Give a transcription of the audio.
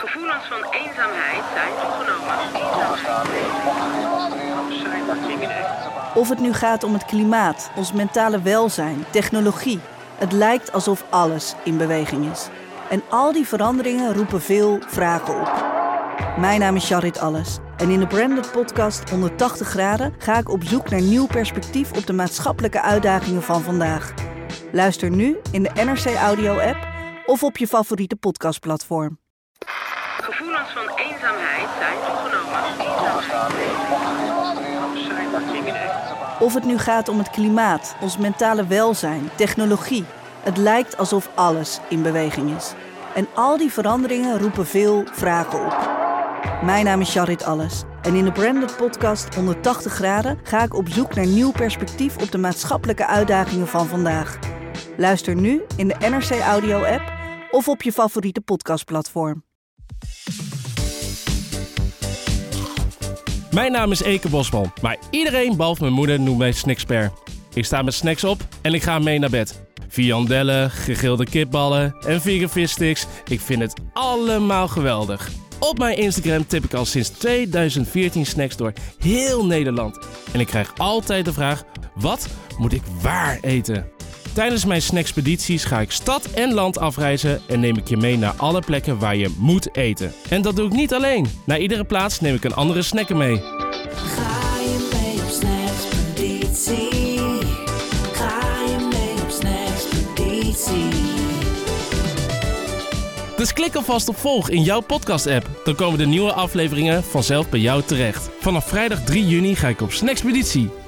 Gevoelens van eenzaamheid zijn toegenomen. Of het nu gaat om het klimaat, ons mentale welzijn, technologie. Het lijkt alsof alles in beweging is. En al die veranderingen roepen veel vragen op. Mijn naam is Charit Alles. En in de Branded Podcast 180 graden ga ik op zoek naar nieuw perspectief op de maatschappelijke uitdagingen van vandaag. Luister nu in de NRC Audio app of op je favoriete podcastplatform. Gevoelens van eenzaamheid zijn toegenomen. Of het nu gaat om het klimaat, ons mentale welzijn, technologie. Het lijkt alsof alles in beweging is. En al die veranderingen roepen veel vragen op. Mijn naam is Charit Alles. En in de Branded Podcast 180 graden ga ik op zoek naar nieuw perspectief op de maatschappelijke uitdagingen van vandaag. Luister nu in de NRC Audio app of op je favoriete podcastplatform. Mijn naam is Eke Bosman, maar iedereen behalve mijn moeder noemt mij Snacksper. Ik sta met snacks op en ik ga mee naar bed. Viandellen, gegrilde kipballen en vegan vissticks. Ik vind het allemaal geweldig. Op mijn Instagram tip ik al sinds 2014 snacks door heel Nederland. En ik krijg altijd de vraag, wat moet ik waar eten? Tijdens mijn snackspedities ga ik stad en land afreizen en neem ik je mee naar alle plekken waar je moet eten. En dat doe ik niet alleen. Naar iedere plaats neem ik een andere snacker mee. Ga je mee op snackspeditie? Ga je mee op snackspeditie? Dus klik alvast op volg in jouw podcast-app. Dan komen de nieuwe afleveringen vanzelf bij jou terecht. Vanaf vrijdag 3 juni ga ik op snackspeditie.